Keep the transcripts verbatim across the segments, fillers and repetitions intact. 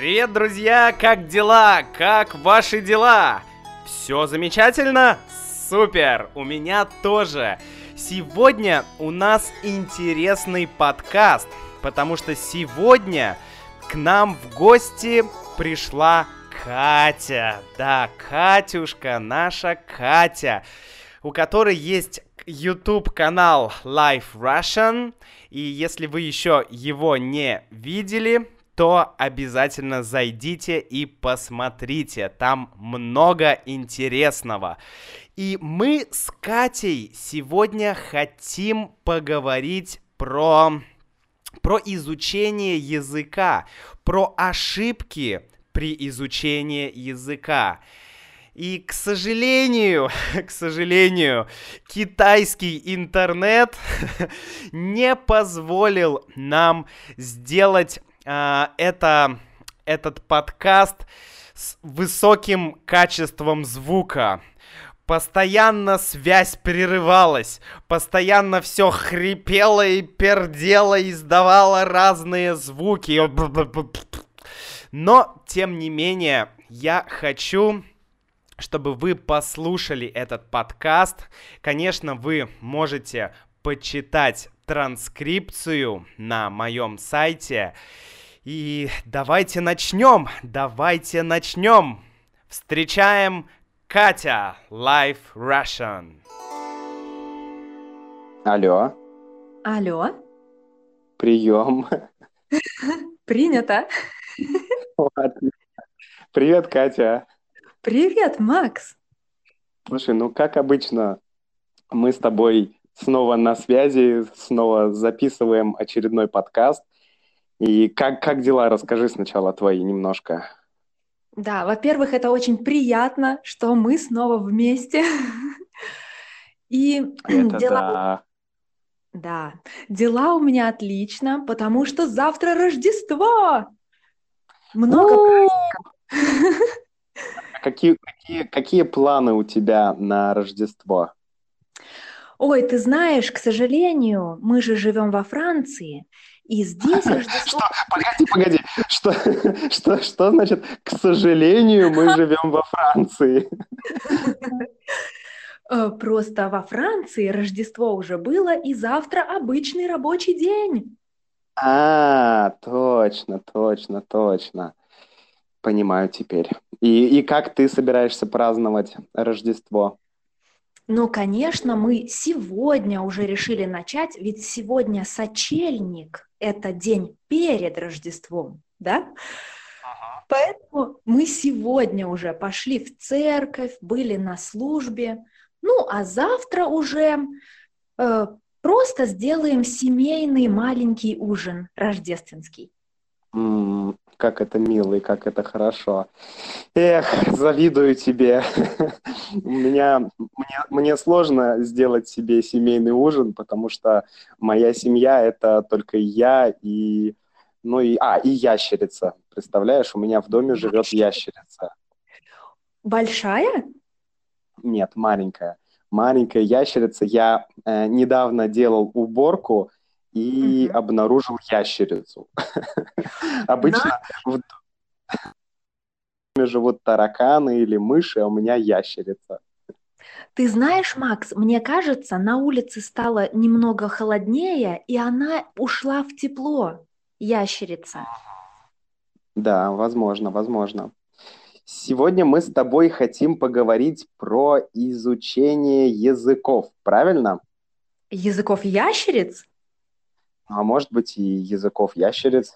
Привет, друзья! Как дела? Как ваши дела? Все замечательно? Супер! У меня тоже. Сегодня у нас интересный подкаст, потому что сегодня к нам в гости пришла Катя. Да, Катюшка, наша Катя, у которой есть YouTube-канал Life Russian. И если вы еще его не видели, то обязательно зайдите и посмотрите. Там много интересного. И мы с Катей сегодня хотим поговорить про, про изучение языка, про ошибки при изучении языка. И, к сожалению, к сожалению, китайский интернет не позволил нам сделать э, это, этот подкаст с высоким качеством звука. Постоянно связь прерывалась, постоянно все хрипело и пердело, издавало разные звуки. Но, тем не менее, я хочу, чтобы вы послушали этот подкаст. Конечно, вы можете почитать транскрипцию на моем сайте. И давайте начнем, давайте начнем. Встречаем Катя, Life Russian. Алло. Алло. Прием. Принято. Привет, Катя. Привет, Макс. Слушай, ну как обычно, мы с тобой снова на связи, снова записываем очередной подкаст. И как, как дела? Расскажи сначала твои немножко. Да, во-первых, это очень приятно, что мы снова вместе. И Это дела... да. Да, дела у меня отлично, потому что завтра Рождество. Много праздников. Какие, какие, какие планы у тебя на Рождество? Ой, ты знаешь, к сожалению, мы же живем во Франции, и здесь Рождество... Что? Погоди, погоди. Что, что, что значит, к сожалению, мы живем во Франции? Просто во Франции Рождество уже было, и завтра обычный рабочий день. А, точно, точно, точно. Понимаю теперь. И, и как ты собираешься праздновать Рождество? Ну, конечно, мы сегодня уже решили начать, ведь сегодня сочельник, это день перед Рождеством, да? Ага. Поэтому мы сегодня уже пошли в церковь, были на службе, ну, а завтра уже э, просто сделаем семейный маленький ужин рождественский. М, как это мило и как это хорошо. Эх, завидую тебе. У меня, мне, мне сложно сделать себе семейный ужин, потому что моя семья — это только я и, ну и, а, и ящерица. Представляешь, у меня в доме живет ящерица. Большая? Нет, маленькая. Маленькая ящерица. Я э, недавно делал уборку и Мгм. обнаружил ящерицу. На- Обычно в доме живут тараканы или мыши, а у меня ящерица. Ты знаешь, Макс, мне кажется, на улице стало немного холоднее, и она ушла в тепло, ящерица. Да, возможно, возможно. Сегодня мы с тобой хотим поговорить про изучение языков, правильно? Языков ящериц? А может быть и языков ящериц.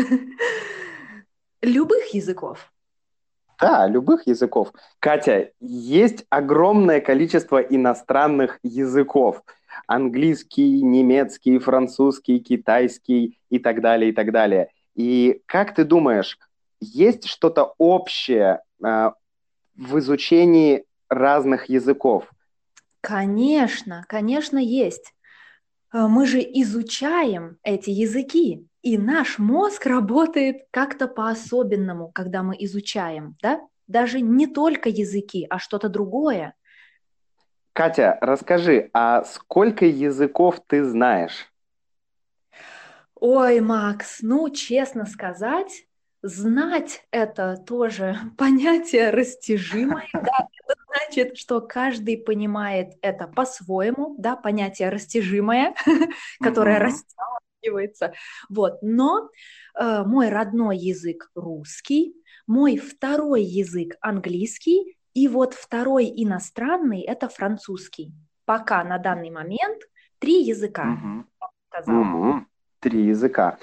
Любых языков. Да, любых языков. Катя, есть огромное количество иностранных языков. Английский, немецкий, французский, китайский и так далее, и так далее. И как ты думаешь, есть что-то общее э, в изучении разных языков? Конечно, конечно, есть. Э, Мы же изучаем эти языки, и наш мозг работает как-то по-особенному, когда мы изучаем, да? Даже не только языки, а что-то другое. Катя, расскажи, а сколько языков ты знаешь? Ой, Макс, ну, честно сказать, знать — это тоже понятие растяжимое, да, это значит, что каждый понимает это по-своему, да, понятие растяжимое, которое Мгм. растягивается, вот, но э, мой родной язык русский, мой второй язык английский, и вот второй иностранный — это французский. Пока на данный момент три языка, Мгм. сказала. Мгм. Три языка.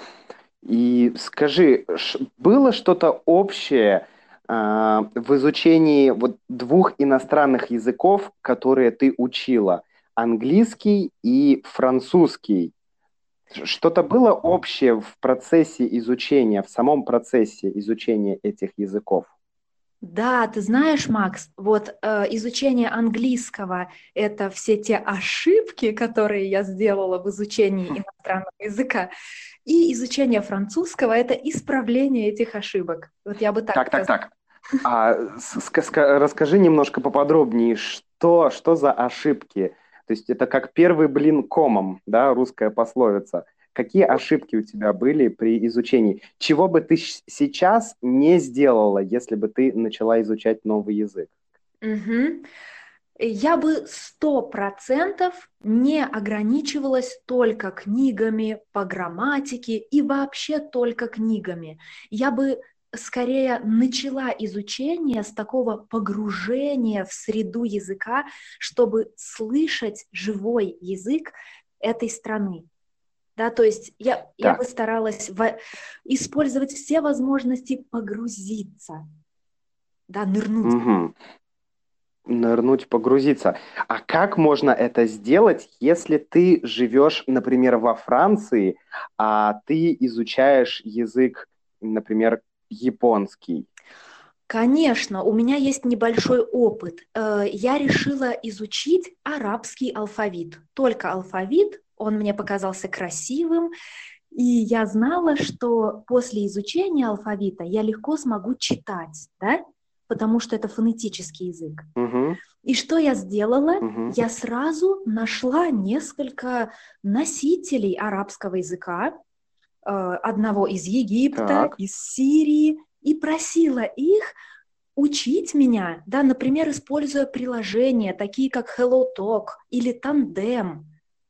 И скажи, ш- было что-то общее а, в изучении вот двух иностранных языков, которые ты учила? Английский и французский. Ш- Что-то было общее в процессе изучения, в самом процессе изучения этих языков? Да, ты знаешь, Макс, вот э, изучение английского — это все те ошибки, которые я сделала в изучении иностранного языка, и изучение французского — это исправление этих ошибок. Вот я бы так Так, так, сказала. так. А с- ска- ска- расскажи немножко поподробнее, что, что за ошибки? То есть это как первый блин комом, да, русская пословица. Какие ошибки у тебя были при изучении? Чего бы ты щ- сейчас не сделала, если бы ты начала изучать новый язык? Мгм. Я бы сто процентов не ограничивалась только книгами по грамматике и вообще только книгами. Я бы скорее начала изучение с такого погружения в среду языка, чтобы слышать живой язык этой страны. Да, то есть я, я бы Так. старалась во- использовать все возможности погрузиться, да, нырнуть. Мгм. Нырнуть, погрузиться. А как можно это сделать, если ты живешь, например, во Франции, а ты изучаешь язык, например, японский? Конечно, у меня есть небольшой опыт. Э, Я решила изучить арабский алфавит. Только алфавит, он мне показался красивым, и я знала, что после изучения алфавита я легко смогу читать, да? Потому что это фонетический язык. Мгм, И что я сделала? мгм. Я сразу нашла несколько носителей арабского языка, э, одного из Египта, Так. из Сирии, и просила их учить меня, да, например, используя приложения, такие как HelloTalk или Tandem.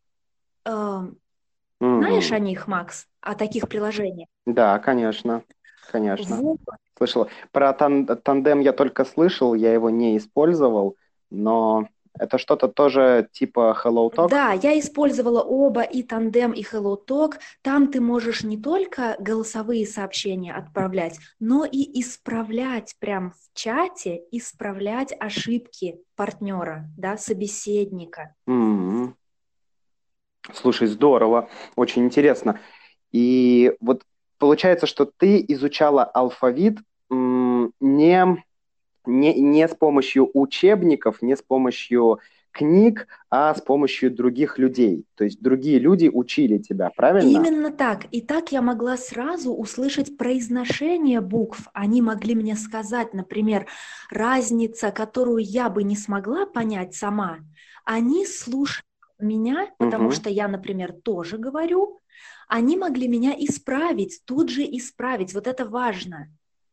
Э, Знаешь о Мгм. них, Макс, о таких приложениях? Да, конечно, конечно. Вот. Слышал. Про тан- тандем я только слышал, я его не использовал, но это что-то тоже типа HelloTalk? Да, я использовала оба, и Tandem, и HelloTalk. Там ты можешь не только голосовые сообщения отправлять, но и исправлять прям в чате, исправлять ошибки партнера, да, собеседника. М. Слушай, здорово, очень интересно. И вот получается, что ты изучала алфавит м, не, не, не с помощью учебников, не с помощью книг, а с помощью других людей. То есть другие люди учили тебя, правильно? Именно так. И так я могла сразу услышать произношение букв. Они могли мне сказать, например, разница, которую я бы не смогла понять сама. Они слушали меня, потому Угу. что я, например, тоже говорю. Они могли меня исправить, тут же исправить. Вот это важно.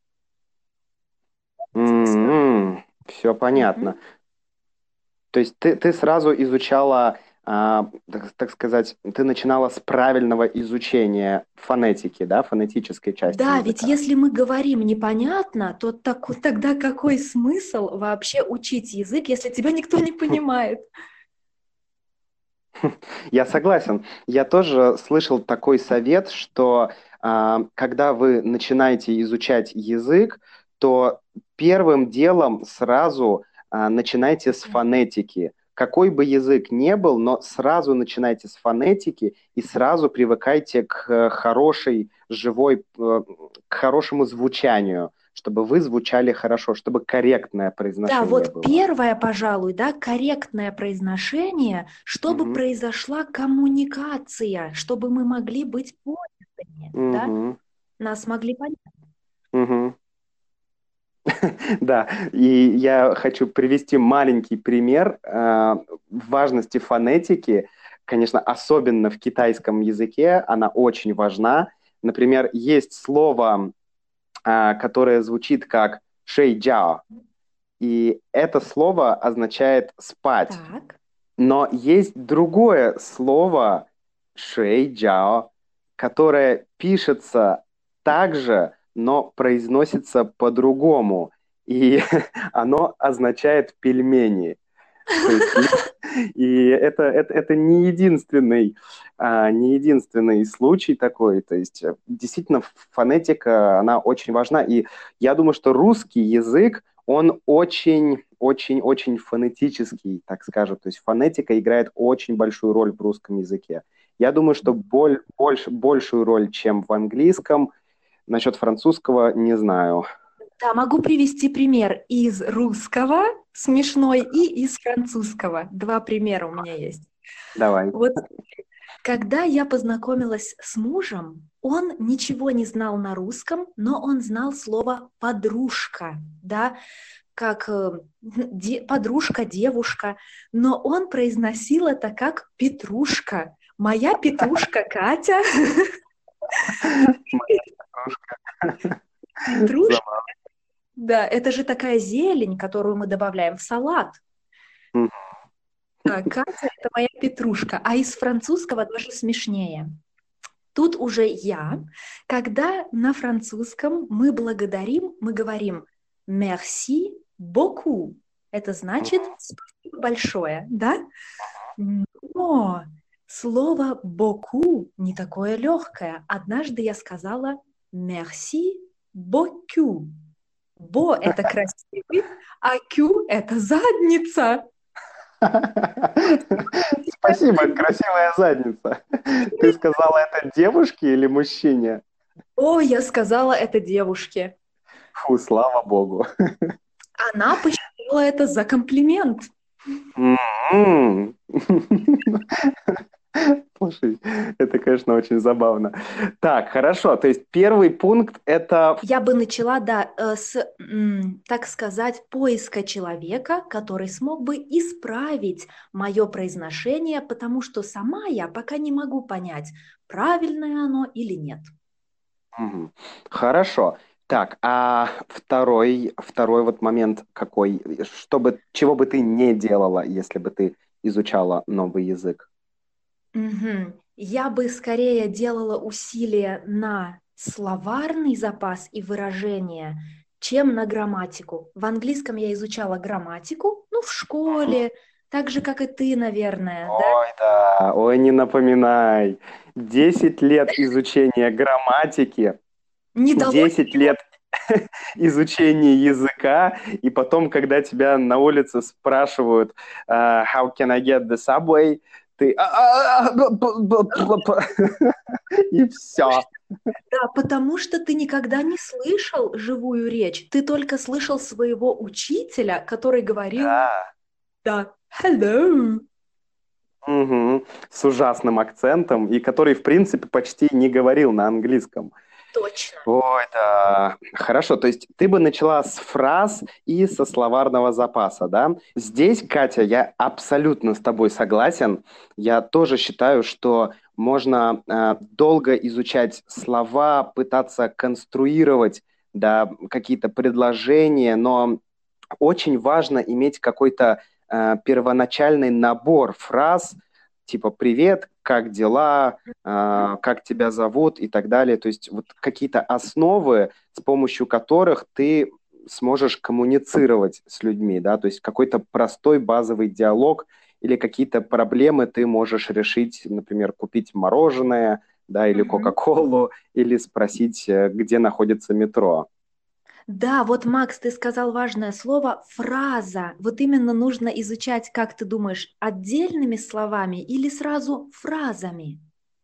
Все Мгм. понятно. То есть ты, ты сразу изучала, а, так, так сказать, ты начинала с правильного изучения фонетики, да, фонетической части Да, ведь языка. если мы говорим непонятно, то так, тогда какой смысл вообще учить язык, если тебя никто не понимает? Я согласен. Я тоже слышал такой совет, что а, когда вы начинаете изучать язык, то первым делом сразу а, начинайте с фонетики. Какой бы язык ни был, но сразу начинайте с фонетики и сразу привыкайте к э, хорошей, живой, э, к хорошему звучанию, чтобы вы звучали хорошо, чтобы корректное Да, произношение вот было. первое, пожалуй, да, корректное произношение, чтобы Мгм. произошла коммуникация, чтобы мы могли быть понятыми, да, Мгм. нас могли понять. Мгм. Да, и я хочу привести маленький пример э, важности фонетики. Конечно, особенно в китайском языке она очень важна. Например, есть слово а, которое звучит как шэйджао. И это слово означает спать. Так. Но есть другое слово шэйджао, которое пишется так же, но произносится по-другому. И оно означает пельмени. То есть, и это, это, это не единственный, а, не единственный случай такой. То есть, э, действительно, фонетика, она очень важна. И я думаю, что русский язык, он очень, очень, очень фонетический, так скажем. То есть фонетика играет очень большую роль в русском языке. Я думаю, что боль, больше, большую роль, чем в английском. Насчет французского не знаю. Да, могу привести пример из русского, смешной, и из французского. Два примера у меня есть. Давай. Вот когда я познакомилась с мужем, он ничего не знал на русском, но он знал слово «подружка», да, как э, де- подружка, девушка, но он произносил это как «петрушка». Моя петрушка Катя. Петрушка. Да, это же такая зелень, которую мы добавляем в салат. Мгм. А Катя– это моя петрушка, а из французского даже смешнее. Тут уже я, когда на французском мы благодарим, мы говорим «merci beaucoup». Это значит «спасибо большое», да? Но слово «beaucoup» не такое легкое. Однажды я сказала «merci beaucoup». «Бо» – это красивый, а «кю» – это задница. Спасибо, красивая задница. Ты сказала это девушке или мужчине? О, я сказала это девушке. Фу, слава богу. Она посчитала это за комплимент. М. Слушай, это, конечно, очень забавно. Так, хорошо. То есть первый пункт – это… Я бы начала, да, э, с, м, так сказать, поиска человека, который смог бы исправить мое произношение, потому что сама я пока не могу понять, правильное оно или нет. Мгм. Хорошо. Так, а второй, второй вот момент какой? Что бы, чего бы ты не делала, если бы ты изучала новый язык? Мгм. Я бы скорее делала усилия на словарный запас и выражения, чем на грамматику. В английском я изучала грамматику, ну, в школе, так же, как и ты, наверное, да? Ой, да, ой, не напоминай. Десять лет изучения грамматики, Не дало десять лет изучения языка, и потом, когда тебя на улице спрашивают uh, «How can I get the subway?», ты… «А, а, а, б- б- б- б- б». И все. Да, потому что ты никогда не слышал живую речь, ты только слышал своего учителя, который говорил, Да. да, hello. Мгм. С ужасным акцентом, и который, в принципе, почти не говорил на английском. Точно. Ой, да. Хорошо, то есть ты бы начала с фраз и со словарного запаса, да? Здесь, Катя, я абсолютно с тобой согласен. Я тоже считаю, что можно э, долго изучать слова, пытаться конструировать, да, какие-то предложения, но очень важно иметь какой-то э, первоначальный набор фраз, типа «Привет», «Как дела?», э, «Как тебя зовут?» и так далее. То есть вот какие-то основы, с помощью которых ты сможешь коммуницировать с людьми, да, то есть какой-то простой базовый диалог или какие-то проблемы ты можешь решить, например, купить мороженое, да, или Мгм. Кока-Колу, или спросить, э, где находится метро. Да, вот, Макс, ты сказал важное слово «фраза». Вот именно нужно изучать, как ты думаешь, отдельными словами или сразу фразами?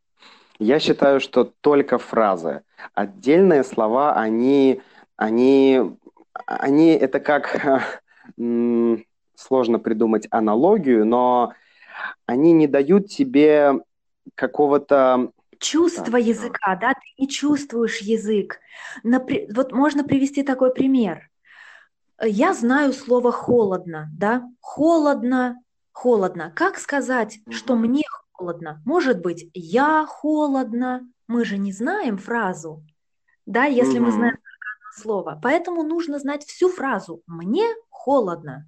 Я считаю, что только фразы. Отдельные слова, они, они, они это как м, сложно придумать аналогию, но они не дают тебе какого-то… Чувство Так, языка, да, ты не чувствуешь язык. Напри- Вот можно привести такой пример. Э, Я знаю слово «холодно», да? Холодно, холодно. Как сказать, что мгм. мне холодно? Может быть, «я холодно». Мы же не знаем фразу. Да, если мы знаем Мгм. слова, поэтому нужно знать всю фразу «мне холодно».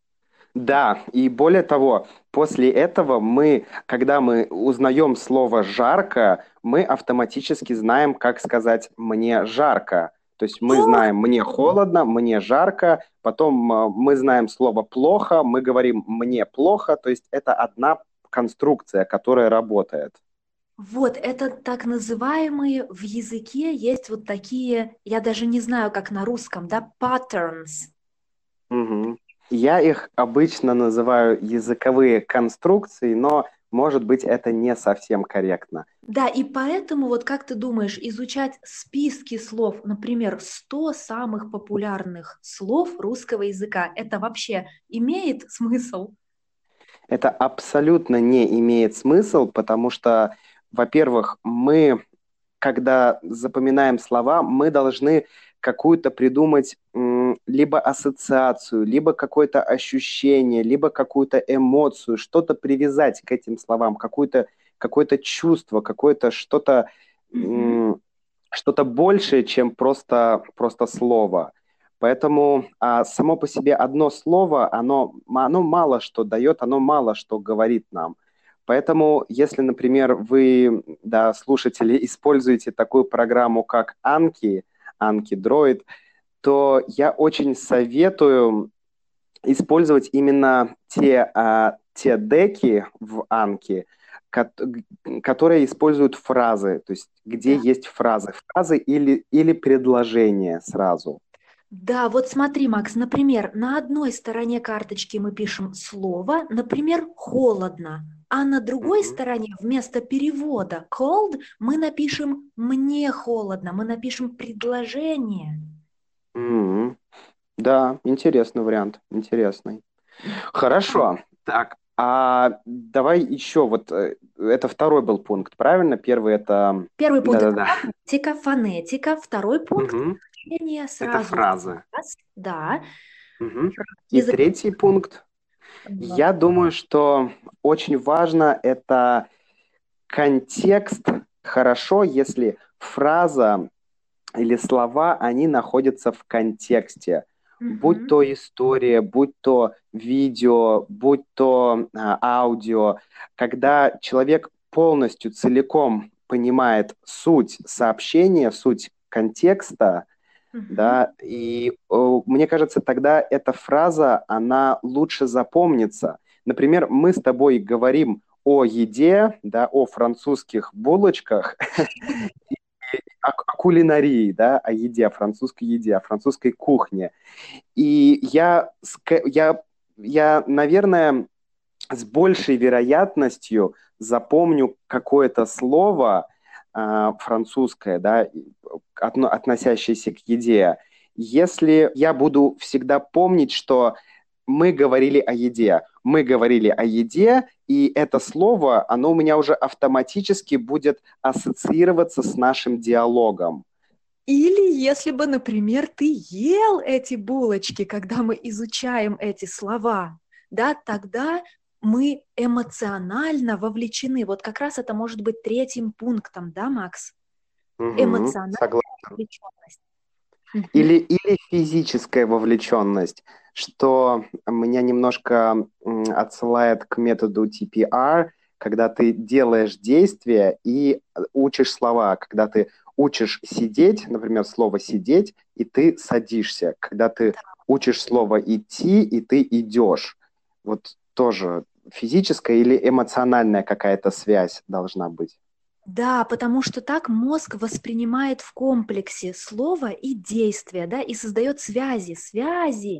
Да, и более того, после этого мы, когда мы узнаем слово «жарко», мы автоматически знаем, как сказать «мне жарко». То есть мы О, знаем «мне холодно», «мне жарко», потом э, мы знаем слово «плохо», мы говорим «мне плохо», то есть это одна конструкция, которая работает. вот это так называемые в языке есть вот такие, я даже не знаю, как на русском, да, patterns. Мгм. Я их обычно называю языковые конструкции, но, может быть, это не совсем корректно. Да, и поэтому вот как ты думаешь, изучать списки слов, например, сто самых популярных слов русского языка, это вообще имеет смысл? Это абсолютно не имеет смысл, потому что, во-первых, мы, когда запоминаем слова, мы должны какую-то придумать м, либо ассоциацию, либо какое-то ощущение, либо какую-то эмоцию, что-то привязать к этим словам, какое-то какое-то чувство, какое-то что-то Мгм. м, что-то большее, чем просто, просто слово. Поэтому а, само по себе одно слово, оно, оно мало что дает, оно мало что говорит нам. Поэтому, если, например, вы, да, слушатели, используете такую программу, как Anki, Anki Droid, то я очень советую использовать именно те, а, те деки в Anki, кот- которые используют фразы, то есть где Да. есть фразы, фразы или, или предложения сразу. Да, вот смотри, Макс, например, на одной стороне карточки мы пишем слово, например, холодно, а на другой Мгм. стороне вместо перевода cold мы напишем мне холодно, мы напишем предложение. Мгм. Да, интересный вариант, интересный. Хорошо. Так, а давай еще вот э, это второй был пункт, правильно? Первый это... Первый пункт это Да-да-да. грамматика, фонетика, второй пункт Мгм. значение Это сразу фразы. фраз, да, Мгм. И язык. третий пункт. Я думаю, что очень важно это контекст. Хорошо, если фраза или слова, они находятся в контексте. Будь Мгм. то история, будь то видео, будь то а, аудио. Когда человек полностью, целиком понимает суть сообщения, суть контекста, Мгм. да, и э, мне кажется, тогда эта фраза, она лучше запомнится. Например, мы с тобой говорим о еде, да, о французских булочках, о, о кулинарии, да, о еде, о французской еде, о французской кухне. И я, ска- я, я, наверное, с большей вероятностью запомню какое-то слово а, французское, да, и, отно- относящееся к еде, если я буду всегда помнить, что мы говорили о еде, мы говорили о еде, и это слово, оно у меня уже автоматически будет ассоциироваться с нашим диалогом. Или если бы, например, ты ел эти булочки, когда мы изучаем эти слова, да, тогда мы эмоционально вовлечены. Вот как раз это может быть третьим пунктом, да, Макс? Мгм, Эмоциональная согласен. вовлеченность. Мгм. Или, или физическая вовлеченность, что меня немножко м, отсылает к методу T P R, когда ты делаешь действия и э, учишь слова, когда ты учишь сидеть, например, слово «сидеть», и ты садишься, когда ты учишь слово «идти», и ты идешь. Вот тоже физическая или эмоциональная какая-то связь должна быть. Да, потому что так мозг воспринимает в комплексе слово и действие, да, и создает связи, связи.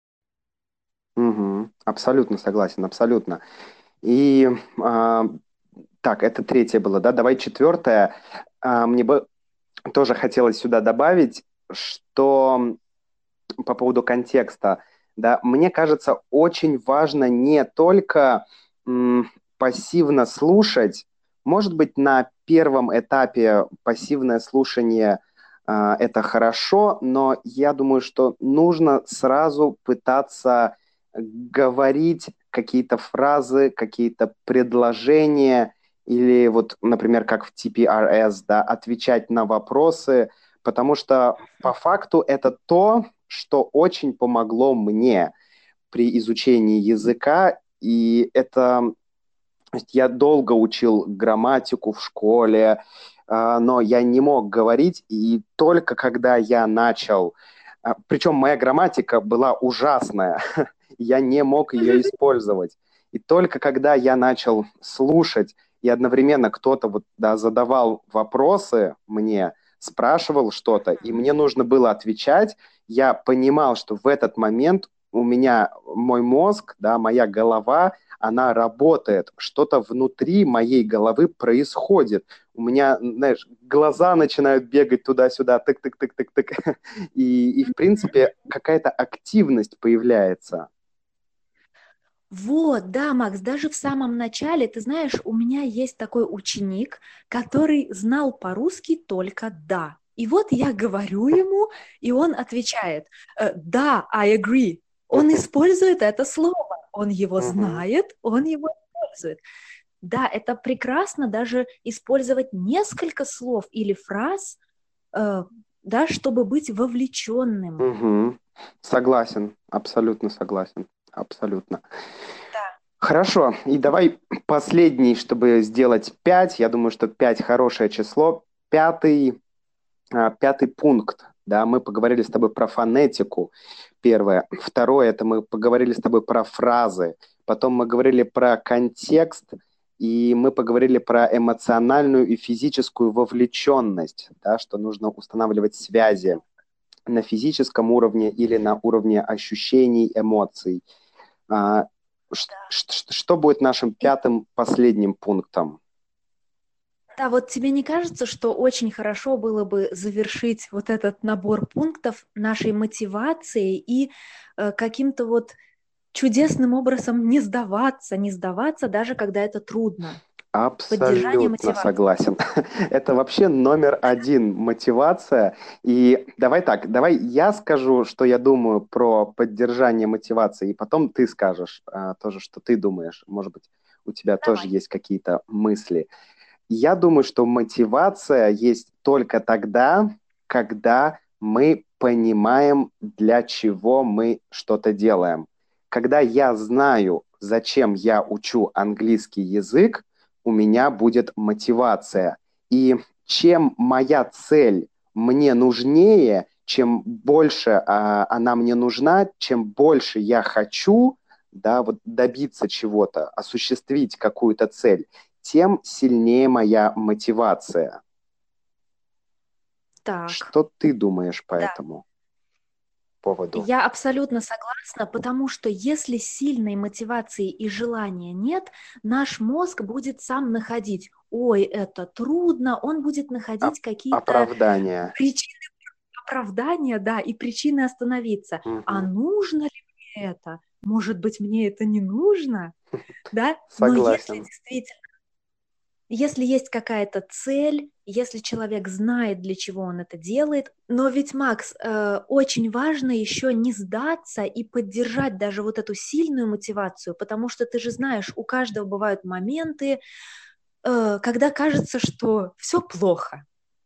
Мгм. Абсолютно согласен, абсолютно. И а, так, это третье было, да? Давай четвертое. А, мне бы тоже хотелось сюда добавить, что по поводу контекста, да, мне кажется, очень важно не только м, пассивно слушать, может быть, на первом этапе пассивное слушание а, это хорошо, но я думаю, что нужно сразу пытаться говорить какие-то фразы, какие-то предложения или вот, например, как в T P R S, да, отвечать на вопросы, потому что по факту это то, что очень помогло мне при изучении языка, и это... то есть я долго учил грамматику в школе, а, но я не мог говорить, и только когда я начал... а, Причем моя грамматика была ужасная, я не мог ее использовать. И только когда я начал слушать, и одновременно кто-то вот, да, задавал вопросы мне, спрашивал что-то, и мне нужно было отвечать, я понимал, что в этот момент у меня мой мозг, да, моя голова, она работает, что-то внутри моей головы происходит. У меня, знаешь, глаза начинают бегать туда-сюда, тык-тык-тык-тык-тык, и, и, в принципе, какая-то активность появляется. Вот, да, Макс, даже в самом начале, ты знаешь, у меня есть такой ученик, который знал по-русски только «да». И вот я говорю ему, и он отвечает э, «да, I agree». Он использует это слово, он его Мгм. знает, он его использует. Да, это прекрасно даже использовать несколько слов или фраз, э, да, чтобы быть вовлеченным. Мгм. Согласен, абсолютно согласен, абсолютно. Да. Хорошо, и давай последний, чтобы сделать пять. Я думаю, что пять хорошее число. Пятый, а, пятый пункт. Да, мы поговорили с тобой про фонетику. Первое. Второе, это мы поговорили с тобой про фразы. Потом мы говорили про контекст, и мы поговорили про эмоциональную и физическую вовлеченность, да, что нужно устанавливать связи на физическом уровне или на уровне ощущений, эмоций. А, ш- ш- Что будет нашим И пятым, последним пунктом? да, вот тебе не кажется, что очень хорошо было бы завершить вот этот набор пунктов нашей мотивацией и э, каким-то вот чудесным образом не сдаваться, не сдаваться, даже когда это трудно. Поддержание Абсолютно мотивации. согласен. Это вообще номер один мотивация. И давай так, давай я скажу, что я думаю про поддержание мотивации, и потом ты скажешь а, тоже, что ты думаешь. Может быть, у тебя тоже Давай. есть какие-то мысли. Я думаю, что мотивация есть только тогда, когда мы понимаем, для чего мы что-то делаем. Когда я знаю, зачем я учу английский язык, у меня будет мотивация. И чем моя цель мне нужнее, чем больше а, она мне нужна, чем больше я хочу, да, вот добиться чего-то, осуществить какую-то цель, тем сильнее моя мотивация. Так, Что ты думаешь по да. этому поводу? Я абсолютно согласна, потому что если сильной мотивации и желания нет, наш мозг будет сам находить, ой, это трудно, он будет находить какие-то Оправдание. причины оправдания, да, и причины остановиться. А Мгм. нужно ли мне это? Может быть, мне это не нужно? Да? Но если Согласен. действительно, если есть какая-то цель, если человек знает, для чего он это делает, но ведь, Макс, э, очень важно еще не сдаться и поддержать даже вот эту сильную мотивацию, потому что ты же знаешь, у каждого бывают моменты, э, когда кажется, что все плохо.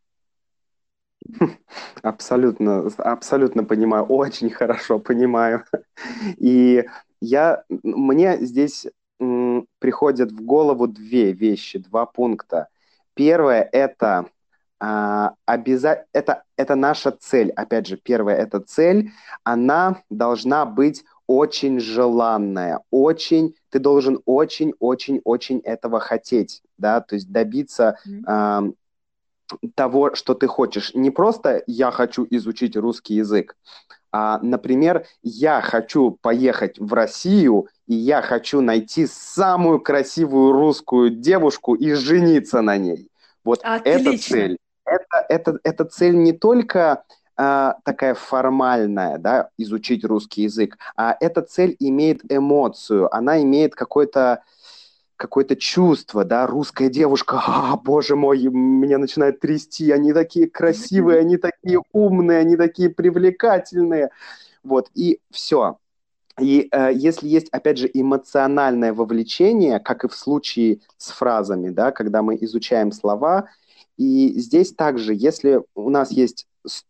Абсолютно, абсолютно понимаю, очень хорошо понимаю. И я, мне здесь м, приходят в голову две вещи, два пункта. Первое это а, обяза... это, это наша цель. Опять же, первое это цель. Она должна быть очень желанная, очень, ты должен очень-очень-очень этого хотеть, да, то есть добиться Мгм. а, того, что ты хочешь. Не просто я хочу изучить русский язык, а, например, я хочу поехать в Россию, и я хочу найти самую красивую русскую девушку и жениться на ней. Вот эта Отлично. цель. Это, это, эта цель не только а, такая формальная, да, изучить русский язык, а эта цель имеет эмоцию, она имеет какой-то какое-то чувство, да, русская девушка, а, боже мой, меня начинает трясти, они такие красивые, они такие умные, они такие привлекательные, вот, и все. И э, если есть, опять же, эмоциональное вовлечение, как и в случае с фразами, да, когда мы изучаем слова, и здесь также, если у нас есть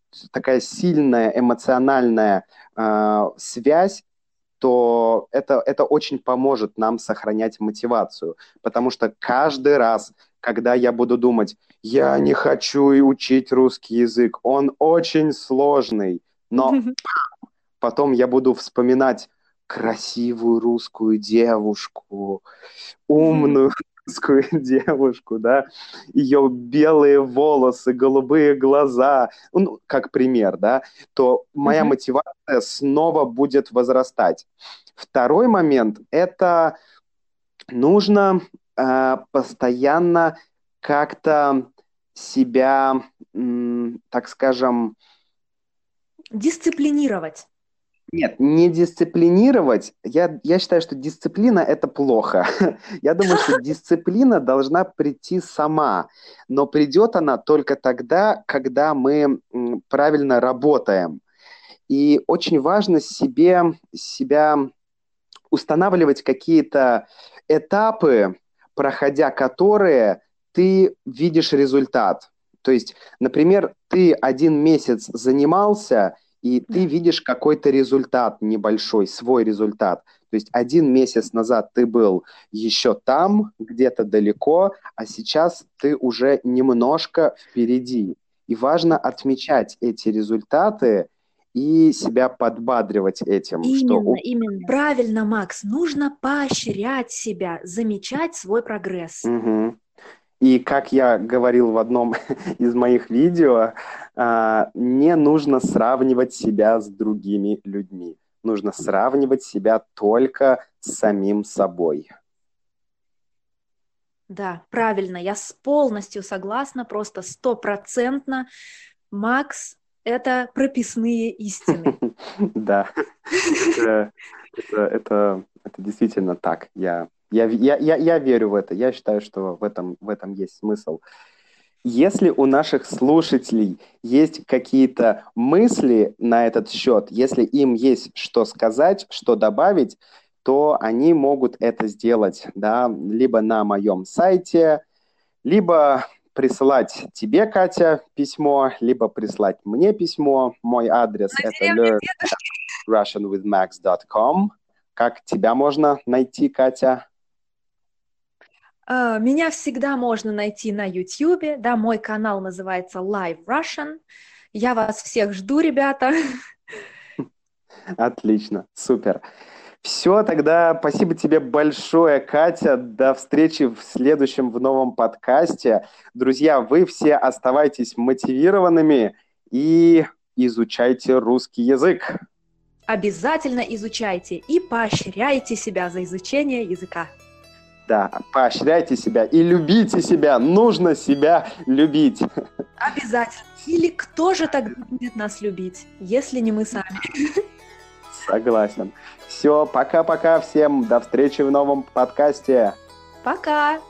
такая сильная эмоциональная э, связь, то это, это очень поможет нам сохранять мотивацию. Потому что каждый раз, когда я буду думать, я не хочу и учить русский язык, он очень сложный, но потом я буду вспоминать красивую русскую девушку, умную русскую девушку, да, ее белые волосы, голубые глаза, ну, как пример, да, то моя Мгм. мотивация снова будет возрастать. Второй момент– это нужно э, постоянно как-то себя, м, так скажем, Дисциплинировать. нет, не дисциплинировать. Я, я считаю, что дисциплина– это плохо. Я думаю, что дисциплина должна прийти сама, но придет она только тогда, когда мы м, правильно работаем. И очень важно себе, себя устанавливать какие-то этапы, проходя которые ты видишь результат. То есть, например, ты один месяц занимался, и ты Да. видишь какой-то результат небольшой, свой результат. То есть один месяц назад ты был еще там, где-то далеко, а сейчас ты уже немножко впереди. И важно отмечать эти результаты и себя подбадривать этим, что Именно, у- именно. Правильно, Макс, нужно поощрять себя, замечать свой прогресс. Мгм. И как я говорил в одном из моих видео, а, не нужно сравнивать себя с другими людьми. Нужно сравнивать себя только с самим собой. Да, правильно, я с- полностью согласна, просто стопроцентно. Макс, это прописные истины. Да, это, это, это, это действительно так. Я, я, я, я, я верю в это. Я считаю, что в этом, в этом есть смысл. Если у наших слушателей есть какие-то мысли на этот счет, если им есть что сказать, что добавить, то они могут это сделать, да, либо на моем сайте, либо присылать тебе, Катя, письмо, либо прислать мне письмо. Мой адрес это learn russian with max dot com. Как тебя можно найти, Катя? А, Меня всегда можно найти на YouTube, да, мой канал называется Live Russian. Я вас всех жду, ребята. Отлично, супер. Все, тогда спасибо тебе большое, Катя. До встречи в следующем, в новом подкасте. Друзья, вы все оставайтесь мотивированными и изучайте русский язык. Обязательно изучайте и поощряйте себя за изучение языка. Да, поощряйте себя и любите себя. Нужно себя любить. Обязательно. Или кто же тогда будет нас любить, если не мы сами? Согласен. Все, пока-пока всем. До встречи в новом подкасте. Пока!